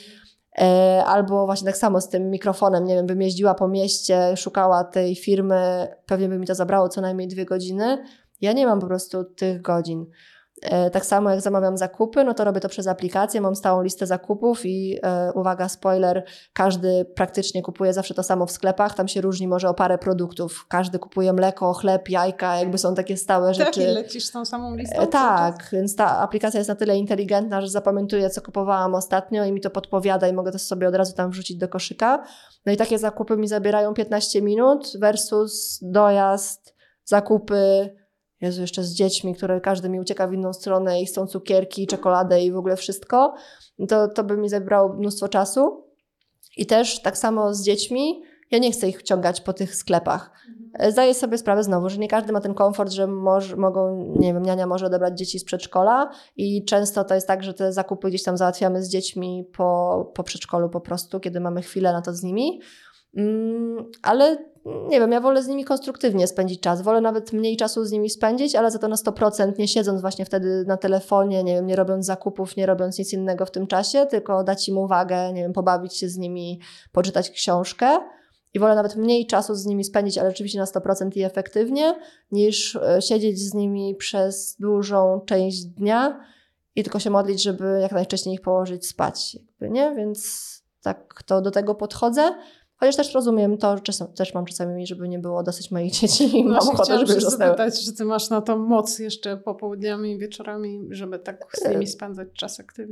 Albo właśnie tak samo z tym mikrofonem, nie wiem, bym jeździła po mieście, szukała tej firmy, pewnie by mi to zabrało co najmniej dwie godziny. Ja nie mam po prostu tych godzin. Tak samo jak zamawiam zakupy, no to robię to przez aplikację, mam stałą listę zakupów i e, uwaga, spoiler, każdy praktycznie kupuje zawsze to samo w sklepach, tam się różni może o parę produktów, każdy kupuje mleko, chleb, jajka, jakby są takie stałe rzeczy. Tak, i lecisz tą samą listą? E, tak, więc ta aplikacja jest na tyle inteligentna, że zapamiętuje, co kupowałam ostatnio i mi to podpowiada i mogę to sobie od razu tam wrzucić do koszyka. No i takie zakupy mi zabierają piętnaście minut versus dojazd, zakupy, Jezu, jeszcze z dziećmi, które każdy mi ucieka w inną stronę i chcą cukierki, czekoladę i w ogóle wszystko, to, to by mi zabrało mnóstwo czasu. I też tak samo z dziećmi, ja nie chcę ich wciągać po tych sklepach. Zdaję sobie sprawę znowu, że nie każdy ma ten komfort, że moż, mogą, nie wiem, niania może odebrać dzieci z przedszkola i często to jest tak, że te zakupy gdzieś tam załatwiamy z dziećmi po, po przedszkolu po prostu, kiedy mamy chwilę na to z nimi. Mm, ale nie wiem, ja wolę z nimi konstruktywnie spędzić czas, wolę nawet mniej czasu z nimi spędzić, ale za to na sto procent nie siedząc właśnie wtedy na telefonie, nie wiem, nie robiąc zakupów, nie robiąc nic innego w tym czasie, tylko dać im uwagę, nie wiem, pobawić się z nimi, poczytać książkę i wolę nawet mniej czasu z nimi spędzić, ale oczywiście na sto procent i efektywnie, niż siedzieć z nimi przez dużą część dnia i tylko się modlić, żeby jak najwcześniej ich położyć spać, jakby, nie? Więc tak to do tego podchodzę. Chociaż też rozumiem to, że też mam czasami, żeby nie było dosyć moich dzieci i mam ochotę, żeby już zostały. Zapytać, czy ty masz na to moc jeszcze popołudniami, wieczorami, żeby tak z nimi spędzać czas aktywnie?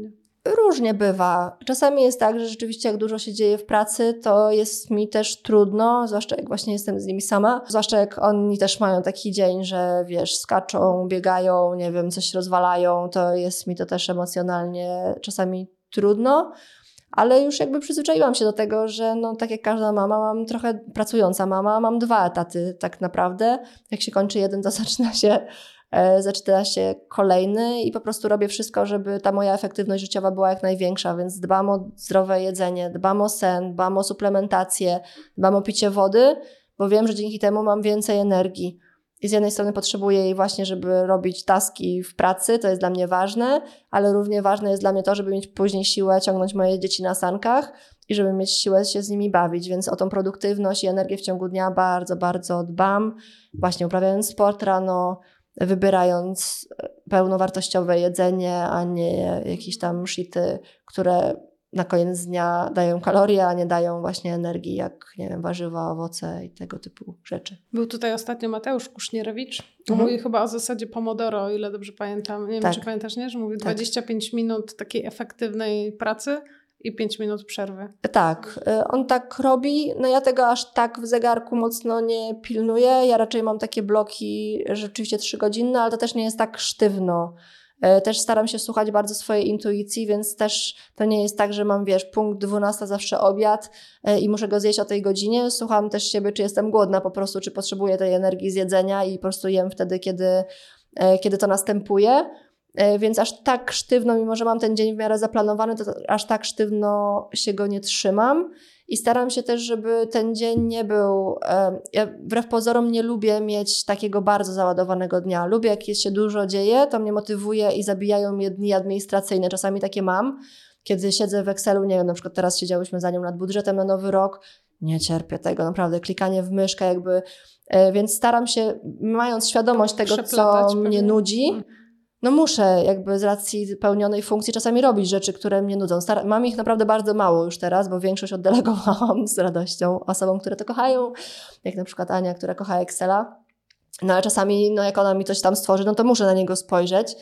Różnie bywa. Czasami jest tak, że rzeczywiście jak dużo się dzieje w pracy, to jest mi też trudno, zwłaszcza jak właśnie jestem z nimi sama. Zwłaszcza jak oni też mają taki dzień, że wiesz, skaczą, biegają, nie wiem, coś rozwalają, to jest mi to też emocjonalnie czasami trudno. Ale już jakby przyzwyczaiłam się do tego, że no tak jak każda mama, mam trochę pracująca mama, mam dwa etaty tak naprawdę. Jak się kończy jeden, to zaczyna się zaczyna się kolejny i po prostu robię wszystko, żeby ta moja efektywność życiowa była jak największa, więc dbam o zdrowe jedzenie, dbam o sen, dbam o suplementację, dbam o picie wody, bo wiem, że dzięki temu mam więcej energii. I z jednej strony potrzebuję jej właśnie, żeby robić taski w pracy, to jest dla mnie ważne, ale równie ważne jest dla mnie to, żeby mieć później siłę ciągnąć moje dzieci na sankach i żeby mieć siłę się z nimi bawić, więc o tą produktywność i energię w ciągu dnia bardzo, bardzo dbam, właśnie uprawiając sport rano, wybierając pełnowartościowe jedzenie, a nie jakieś tam shity, które na koniec dnia dają kalorie, a nie dają właśnie energii, jak nie wiem, warzywa, owoce i tego typu rzeczy. Był tutaj ostatnio Mateusz Kusznierewicz. Mhm. Mówi chyba o zasadzie Pomodoro, o ile dobrze pamiętam. Nie tak. wiem, czy pamiętasz, nie? Że mówi tak. dwadzieścia pięć minut takiej efektywnej pracy i pięć minut przerwy. Tak, on tak robi. No ja tego aż tak w zegarku mocno nie pilnuję. Ja raczej mam takie bloki rzeczywiście trzygodzinne, ale to też nie jest tak sztywno. Też staram się słuchać bardzo swojej intuicji, więc też to nie jest tak, że mam, wiesz, punkt dwunasta zawsze obiad i muszę go zjeść o tej godzinie. Słucham też siebie, czy jestem głodna po prostu, czy potrzebuję tej energii z jedzenia i po prostu jem wtedy, kiedy, kiedy to następuje. Więc aż tak sztywno, mimo że mam ten dzień w miarę zaplanowany, to aż tak sztywno się go nie trzymam. I staram się też, żeby ten dzień nie był... Ja wbrew pozorom nie lubię mieć takiego bardzo załadowanego dnia. Lubię, jak się dużo dzieje, to mnie motywuje i zabijają mnie dni administracyjne. Czasami takie mam, kiedy siedzę w Excelu, nie wiem, na przykład teraz siedziałyśmy za nią nad budżetem na nowy rok. Nie cierpię tego, naprawdę, klikanie w myszkę jakby... Więc staram się, mając świadomość tego, co mnie pewnie nudzi, no muszę jakby z racji pełnionej funkcji czasami robić rzeczy, które mnie nudzą. Star- mam ich naprawdę bardzo mało już teraz, bo większość oddelegowałam z radością osobom, które to kochają, jak na przykład Ania, która kocha Excela. No ale czasami, no jak ona mi coś tam stworzy, no to muszę na niego spojrzeć.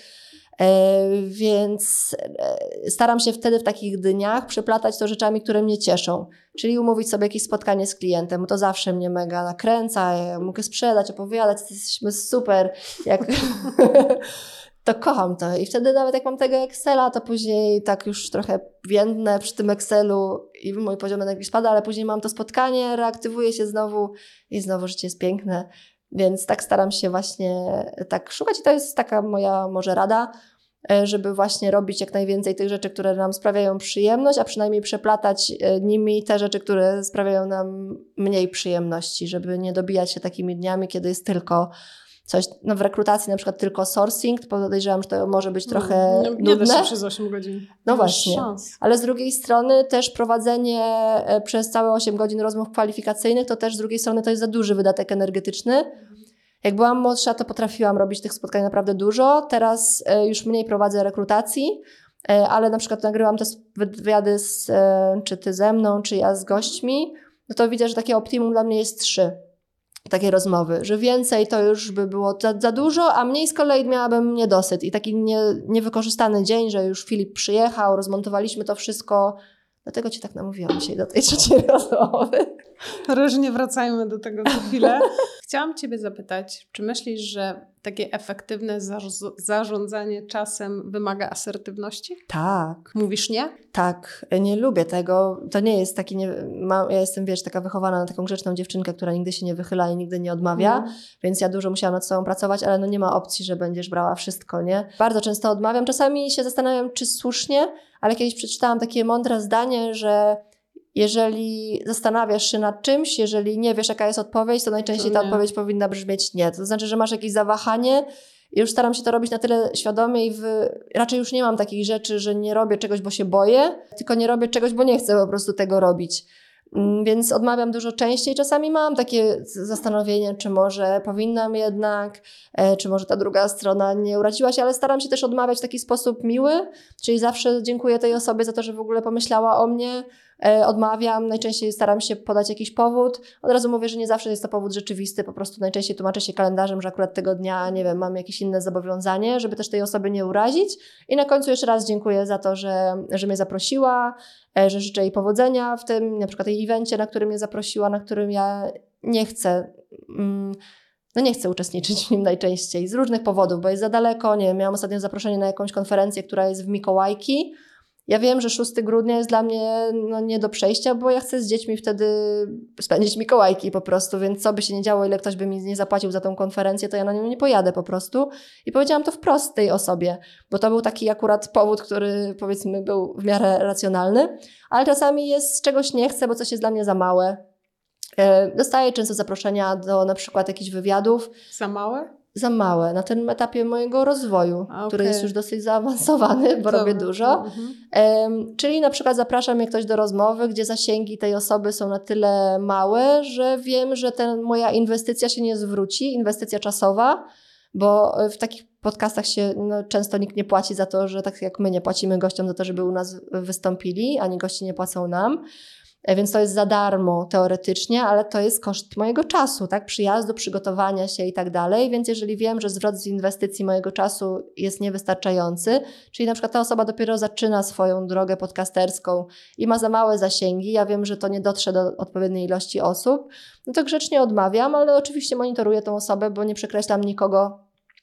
E, więc e, staram się wtedy w takich dniach przeplatać to rzeczami, które mnie cieszą. Czyli umówić sobie jakieś spotkanie z klientem, bo to zawsze mnie mega nakręca, ja mogę sprzedać, opowiadać, jesteśmy super, jak... to kocham to i wtedy nawet jak mam tego Excela, to później tak już trochę więdnę przy tym Excelu i mój poziom energii spada, ale później mam to spotkanie, reaktywuję się znowu i znowu życie jest piękne, więc tak staram się właśnie tak szukać i to jest taka moja może rada, żeby właśnie robić jak najwięcej tych rzeczy, które nam sprawiają przyjemność, a przynajmniej przeplatać nimi te rzeczy, które sprawiają nam mniej przyjemności, żeby nie dobijać się takimi dniami, kiedy jest tylko coś, no w rekrutacji na przykład tylko sourcing, to podejrzewam, że to może być trochę no, nie nudne. da się przez osiem godzin. No właśnie, szans. Ale z drugiej strony też prowadzenie przez całe osiem godzin rozmów kwalifikacyjnych, to też z drugiej strony to jest za duży wydatek energetyczny. Jak byłam młodsza, to potrafiłam robić tych spotkań naprawdę dużo. Teraz już mniej prowadzę rekrutacji, ale na przykład nagrywam te wywiady z, czy ty ze mną, czy ja z gośćmi, no to widzę, że takie optimum dla mnie jest trzy. Takie rozmowy, że więcej to już by było za, za dużo, a mniej z kolei miałabym niedosyt i taki nie, niewykorzystany dzień, że już Filip przyjechał, rozmontowaliśmy to wszystko. Dlatego cię tak namówiłam dzisiaj do tej trzeciej rozmowy. Różnie wracajmy do tego za chwilę. Chciałam ciebie zapytać, czy myślisz, że takie efektywne zarz- zarządzanie czasem wymaga asertywności? Tak. Mówisz nie? Tak, nie lubię tego. To nie jest taki... Nie, ma, ja jestem, wiesz, taka wychowana na taką grzeczną dziewczynkę, która nigdy się nie wychyla i nigdy nie odmawia, mm. więc ja dużo musiałam nad sobą pracować, ale no nie ma opcji, że będziesz brała wszystko, nie? Bardzo często odmawiam. Czasami się zastanawiam, czy słusznie, ale kiedyś przeczytałam takie mądre zdanie, że jeżeli zastanawiasz się nad czymś, jeżeli nie wiesz, jaka jest odpowiedź, to najczęściej ta odpowiedź powinna brzmieć nie. To znaczy, że masz jakieś zawahanie i już staram się to robić na tyle świadomie i w... raczej już nie mam takich rzeczy, że nie robię czegoś, bo się boję, tylko nie robię czegoś, bo nie chcę po prostu tego robić. Więc odmawiam dużo częściej. Czasami mam takie zastanowienie, czy może powinnam jednak, czy może ta druga strona nie uraziła się, ale staram się też odmawiać w taki sposób miły, czyli zawsze dziękuję tej osobie za to, że w ogóle pomyślała o mnie, odmawiam, najczęściej staram się podać jakiś powód. Od razu mówię, że nie zawsze jest to powód rzeczywisty, po prostu najczęściej tłumaczę się kalendarzem, że akurat tego dnia, nie wiem, mam jakieś inne zobowiązanie, żeby też tej osoby nie urazić. I na końcu jeszcze raz dziękuję za to, że, że mnie zaprosiła, że życzę jej powodzenia w tym, na przykład tej evencie, na którym mnie zaprosiła, na którym ja nie chcę... Mm, No nie chcę uczestniczyć w nim najczęściej z różnych powodów, bo jest za daleko, nie wiem, miałam ostatnio zaproszenie na jakąś konferencję, która jest w Mikołajki. Ja wiem, że szóstego grudnia jest dla mnie no, nie do przejścia, bo ja chcę z dziećmi wtedy spędzić Mikołajki po prostu, więc co by się nie działo, ile ktoś by mi nie zapłacił za tą konferencję, to ja na nią nie pojadę po prostu. I powiedziałam to wprost tej osobie, bo to był taki akurat powód, który powiedzmy był w miarę racjonalny, ale czasami jest czegoś nie chcę, bo coś jest dla mnie za małe. Dostaję często zaproszenia do na przykład jakichś wywiadów. Za małe? Za małe, na tym etapie mojego rozwoju, okay. który jest już dosyć zaawansowany, bo Dobra. robię dużo. Mhm. Um, czyli na przykład zapraszam mnie ktoś do rozmowy, gdzie zasięgi tej osoby są na tyle małe, że wiem, że ten, moja inwestycja się nie zwróci, inwestycja czasowa, bo w takich podcastach się no, często nikt nie płaci za to, że tak jak my nie płacimy gościom za to, żeby u nas wystąpili, ani goście nie płacą nam. Więc to jest za darmo teoretycznie, ale to jest koszt mojego czasu, tak? Przyjazdu, przygotowania się i tak dalej. Więc jeżeli wiem, że zwrot z inwestycji mojego czasu jest niewystarczający, czyli na przykład ta osoba dopiero zaczyna swoją drogę podcasterską i ma za małe zasięgi, ja wiem, że to nie dotrze do odpowiedniej ilości osób, no to grzecznie odmawiam, ale oczywiście monitoruję tą osobę, bo nie przekreślam nikogo.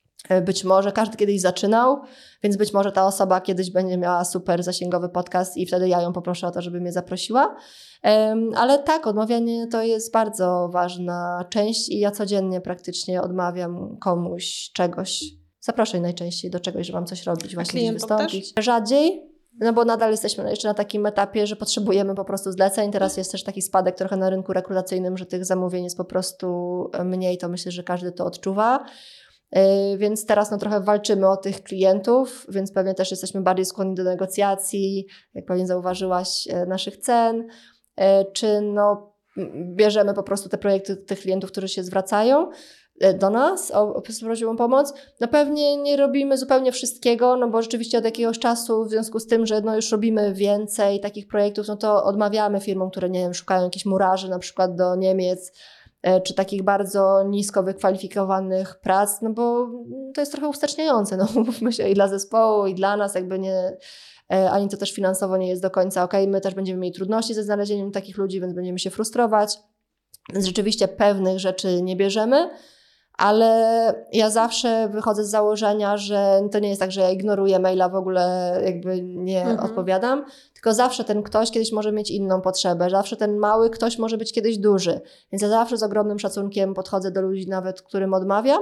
Być może każdy kiedyś zaczynał, więc być może ta osoba kiedyś będzie miała super zasięgowy podcast i wtedy ja ją poproszę o to, żeby mnie zaprosiła. Um, ale tak, odmawianie to jest bardzo ważna część i ja codziennie praktycznie odmawiam komuś czegoś. Zapraszaj najczęściej do czegoś, że mam coś robić, właśnie gdzieś wystąpić. Też? Rzadziej, no bo nadal jesteśmy jeszcze na takim etapie, że potrzebujemy po prostu zleceń. Teraz jest też taki spadek trochę na rynku rekrutacyjnym, że tych zamówień jest po prostu mniej, to myślę, że każdy to odczuwa. Yy, więc teraz no, trochę walczymy o tych klientów, więc pewnie też jesteśmy bardziej skłonni do negocjacji, jak pewnie zauważyłaś, yy, naszych cen, yy, czy no, bierzemy po prostu te projekty tych klientów, którzy się zwracają yy, do nas o, o prośbą o pomoc. No pewnie nie robimy zupełnie wszystkiego, no bo rzeczywiście od jakiegoś czasu w związku z tym, że no, już robimy więcej takich projektów, no to odmawiamy firmom, które nie wiem, szukają jakichś murarzy na przykład do Niemiec, czy takich bardzo nisko wykwalifikowanych prac, no bo to jest trochę uwsteczniające, no mówmy się, i dla zespołu, i dla nas jakby nie, ani to też finansowo nie jest do końca okej, okay. My też będziemy mieli trudności ze znalezieniem takich ludzi, więc będziemy się frustrować, więc rzeczywiście pewnych rzeczy nie bierzemy, ale ja zawsze wychodzę z założenia, że to nie jest tak, że ja ignoruję maila, w ogóle jakby nie mhm. odpowiadam, tylko zawsze ten ktoś kiedyś może mieć inną potrzebę, zawsze ten mały ktoś może być kiedyś duży, więc ja zawsze z ogromnym szacunkiem podchodzę do ludzi, nawet którym odmawiam.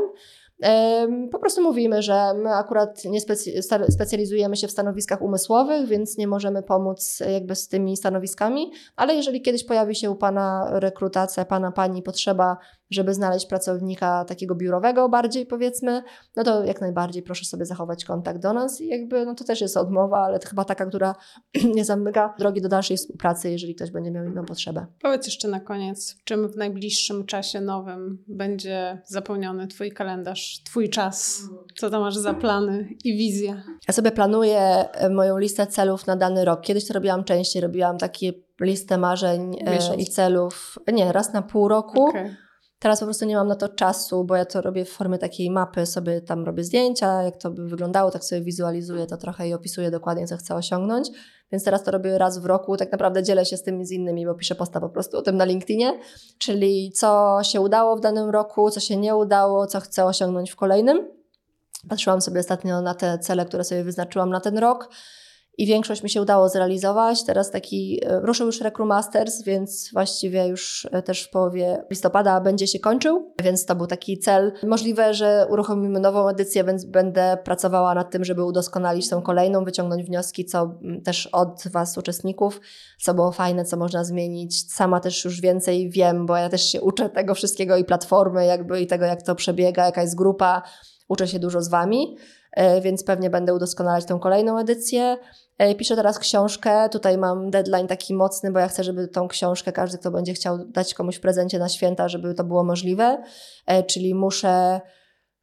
Po prostu mówimy, że my akurat nie specy- specjalizujemy się w stanowiskach umysłowych, więc nie możemy pomóc jakby z tymi stanowiskami, ale jeżeli kiedyś pojawi się u Pana rekrutacja, Pana, Pani potrzeba, żeby znaleźć pracownika takiego biurowego bardziej powiedzmy, no to jak najbardziej proszę sobie zachować kontakt do nas i jakby no to też jest odmowa, ale to chyba taka, która nie zamyka drogi do dalszej współpracy, jeżeli ktoś będzie miał inną potrzebę. Powiedz jeszcze na koniec, czym w najbliższym czasie nowym będzie zapełniony Twój kalendarz, Twój czas? Co tam masz za plany i wizje? Ja sobie planuję moją listę celów na dany rok. Kiedyś to robiłam częściej, robiłam takie listę marzeń e, i celów, nie, raz na pół roku. Okay. Teraz po prostu nie mam na to czasu, bo ja to robię w formie takiej mapy, sobie tam robię zdjęcia, jak to by wyglądało, tak sobie wizualizuję to trochę i opisuję dokładnie, co chcę osiągnąć. Więc teraz to robię raz w roku, tak naprawdę dzielę się z tym z innymi, bo piszę posta po prostu o tym na LinkedInie, czyli co się udało w danym roku, co się nie udało, co chcę osiągnąć w kolejnym. Patrzyłam sobie ostatnio na te cele, które sobie wyznaczyłam na ten rok i większość mi się udało zrealizować. Teraz taki ruszył już Recru Masters, więc właściwie już też w połowie listopada będzie się kończył, więc to był taki cel. Możliwe, że uruchomimy nową edycję, więc będę pracowała nad tym, żeby udoskonalić tą kolejną, wyciągnąć wnioski, co też od Was, uczestników, co było fajne, co można zmienić. Sama też już więcej wiem, bo ja też się uczę tego wszystkiego i platformy jakby i tego, jak to przebiega, jaka jest grupa. Uczę się dużo z Wami, więc pewnie będę udoskonalać tą kolejną edycję. Piszę teraz książkę, tutaj mam deadline taki mocny, bo ja chcę, żeby tą książkę każdy, kto będzie chciał dać komuś w prezencie na święta, żeby to było możliwe, czyli muszę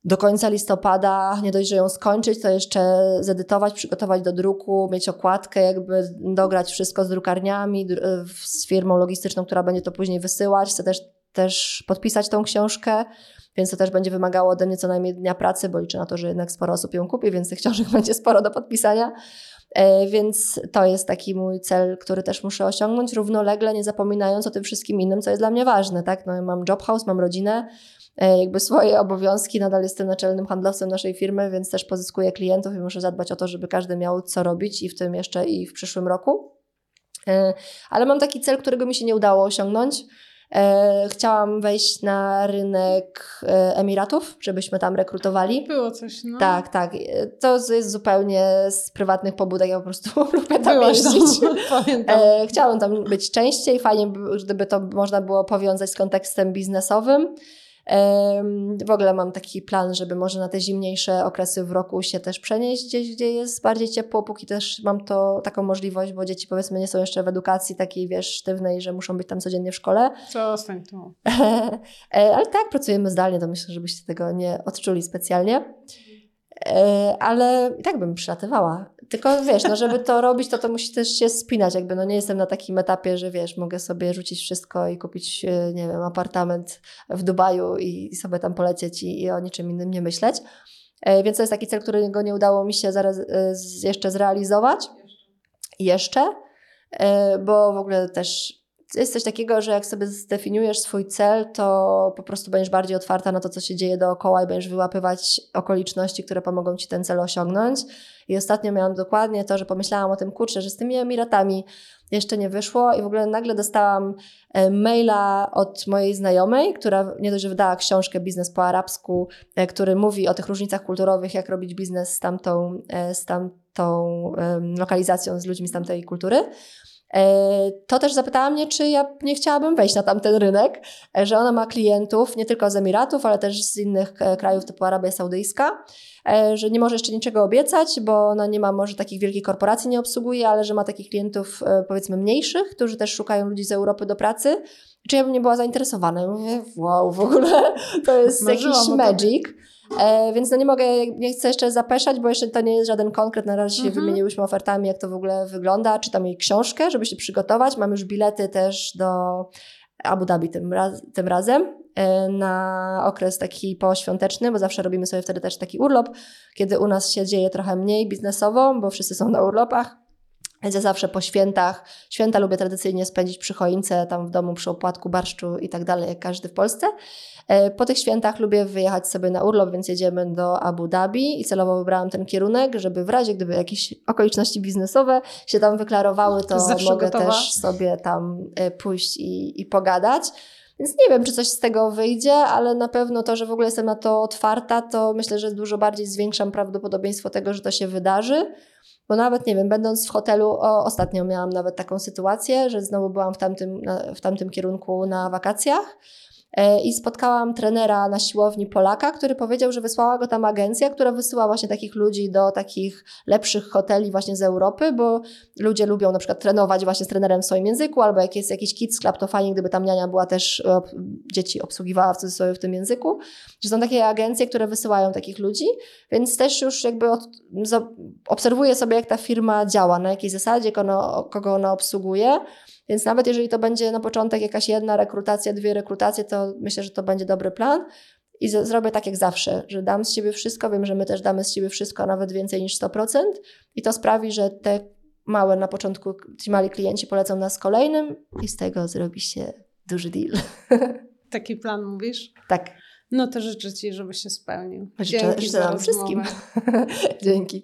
do końca listopada, nie dość, że ją skończyć, to jeszcze zedytować, przygotować do druku, mieć okładkę, jakby dograć wszystko z drukarniami, z firmą logistyczną, która będzie to później wysyłać. Chcę też, też podpisać tą książkę, więc to też będzie wymagało ode mnie co najmniej dnia pracy, bo liczę na to, że jednak sporo osób ją kupi, więc tych książek będzie sporo do podpisania. Więc to jest taki mój cel, który też muszę osiągnąć, równolegle nie zapominając o tym wszystkim innym, co jest dla mnie ważne. Tak? No, ja mam job house, mam rodzinę, jakby swoje obowiązki, nadal jestem naczelnym handlowcem naszej firmy, więc też pozyskuję klientów i muszę zadbać o to, żeby każdy miał co robić i w tym jeszcze i w przyszłym roku. Ale mam taki cel, którego mi się nie udało osiągnąć. Chciałam wejść na rynek Emiratów, żebyśmy tam rekrutowali. Było coś, no. Tak, tak. To jest zupełnie z prywatnych pobudek, ja po prostu lubię tam Byłaś jeździć. Tam, pamiętam. Chciałam tam być częściej, fajnie gdyby to można było powiązać z kontekstem biznesowym. W ogóle mam taki plan, żeby może na te zimniejsze okresy w roku się też przenieść gdzieś, gdzie jest bardziej ciepło, póki też mam to taką możliwość, bo dzieci powiedzmy nie są jeszcze w edukacji takiej, wiesz, sztywnej, że muszą być tam codziennie w szkole. Zostań tu. Ale tak, pracujemy zdalnie, to myślę, żebyście tego nie odczuli specjalnie. Ale i tak bym przylatywała. Tylko wiesz, no żeby to robić, to to musi też się spinać. Jakby no nie jestem na takim etapie, że wiesz, mogę sobie rzucić wszystko i kupić, nie wiem, apartament w Dubaju i, i sobie tam polecieć i, i o niczym innym nie myśleć. Więc to jest taki cel, którego nie udało mi się zaraz, jeszcze zrealizować. Jeszcze. Bo w ogóle też jest coś takiego, że jak sobie zdefiniujesz swój cel, to po prostu będziesz bardziej otwarta na to, co się dzieje dookoła i będziesz wyłapywać okoliczności, które pomogą ci ten cel osiągnąć. I ostatnio miałam dokładnie to, że pomyślałam o tym, kurczę, że z tymi Emiratami jeszcze nie wyszło i w ogóle nagle dostałam maila od mojej znajomej, która nie dość, że wydała książkę Biznes po arabsku, który mówi o tych różnicach kulturowych, jak robić biznes z tamtą, z tamtą lokalizacją, z ludźmi z tamtej kultury. To też zapytała mnie, czy ja nie chciałabym wejść na tamten rynek, że ona ma klientów nie tylko z Emiratów, ale też z innych krajów typu Arabia Saudyjska, że nie może jeszcze niczego obiecać, bo ona nie ma, może takich wielkich korporacji nie obsługuje, ale że ma takich klientów powiedzmy mniejszych, którzy też szukają ludzi z Europy do pracy. Czy ja bym nie była zainteresowana? Ja mówię, wow, w ogóle to jest Marzyłam jakiś magic. E, więc no nie mogę, nie chcę jeszcze zapeszać, bo jeszcze to nie jest żaden konkret. Na razie się mhm. wymieniłyśmy ofertami, jak to w ogóle wygląda. Czytam jej książkę, żeby się przygotować. Mam już bilety też do Abu Dhabi tym, raz, tym razem e, na okres taki poświąteczny, bo zawsze robimy sobie wtedy też taki urlop, kiedy u nas się dzieje trochę mniej biznesowo, bo wszyscy są na urlopach. Więc ja zawsze po świętach, święta lubię tradycyjnie spędzić przy choince, tam w domu, przy opłatku, barszczu i tak dalej, jak każdy w Polsce. Po tych świętach lubię wyjechać sobie na urlop, więc jedziemy do Abu Dhabi i celowo wybrałam ten kierunek, żeby w razie, gdyby jakieś okoliczności biznesowe się tam wyklarowały, to Zawsze mogę gotowa. też sobie tam pójść i, i pogadać. Więc nie wiem, czy coś z tego wyjdzie, ale na pewno to, że w ogóle jestem na to otwarta, to myślę, że dużo bardziej zwiększam prawdopodobieństwo tego, że to się wydarzy. Bo nawet, nie wiem, będąc w hotelu, o, ostatnio miałam nawet taką sytuację, że znowu byłam w tamtym, na, w tamtym kierunku na wakacjach e, i spotkałam trenera na siłowni Polaka, który powiedział, że wysłała go tam agencja, która wysyła właśnie takich ludzi do takich lepszych hoteli właśnie z Europy, bo ludzie lubią na przykład trenować właśnie z trenerem w swoim języku, albo jak jest jakiś kids club, to fajnie, gdyby tam niania była też, ob, dzieci obsługiwała w cudzysłowie w tym języku, że są takie agencje, które wysyłają takich ludzi, więc też już jakby od, z, obserwuję sobie, jak ta firma działa, na jakiej zasadzie, kogo, kogo ona obsługuje, więc nawet jeżeli to będzie na początek jakaś jedna rekrutacja, dwie rekrutacje, to myślę, że to będzie dobry plan. I z- zrobię tak jak zawsze, że dam z siebie wszystko, wiem, że my też damy z siebie wszystko, nawet więcej niż sto procent i to sprawi, że te małe na początku, ci mali klienci polecą nas kolejnym i z tego zrobi się duży deal. Taki plan mówisz? Tak. No to życzę Ci, żeby się spełnił. Życzę, życzę nam wszystkim. Dzięki.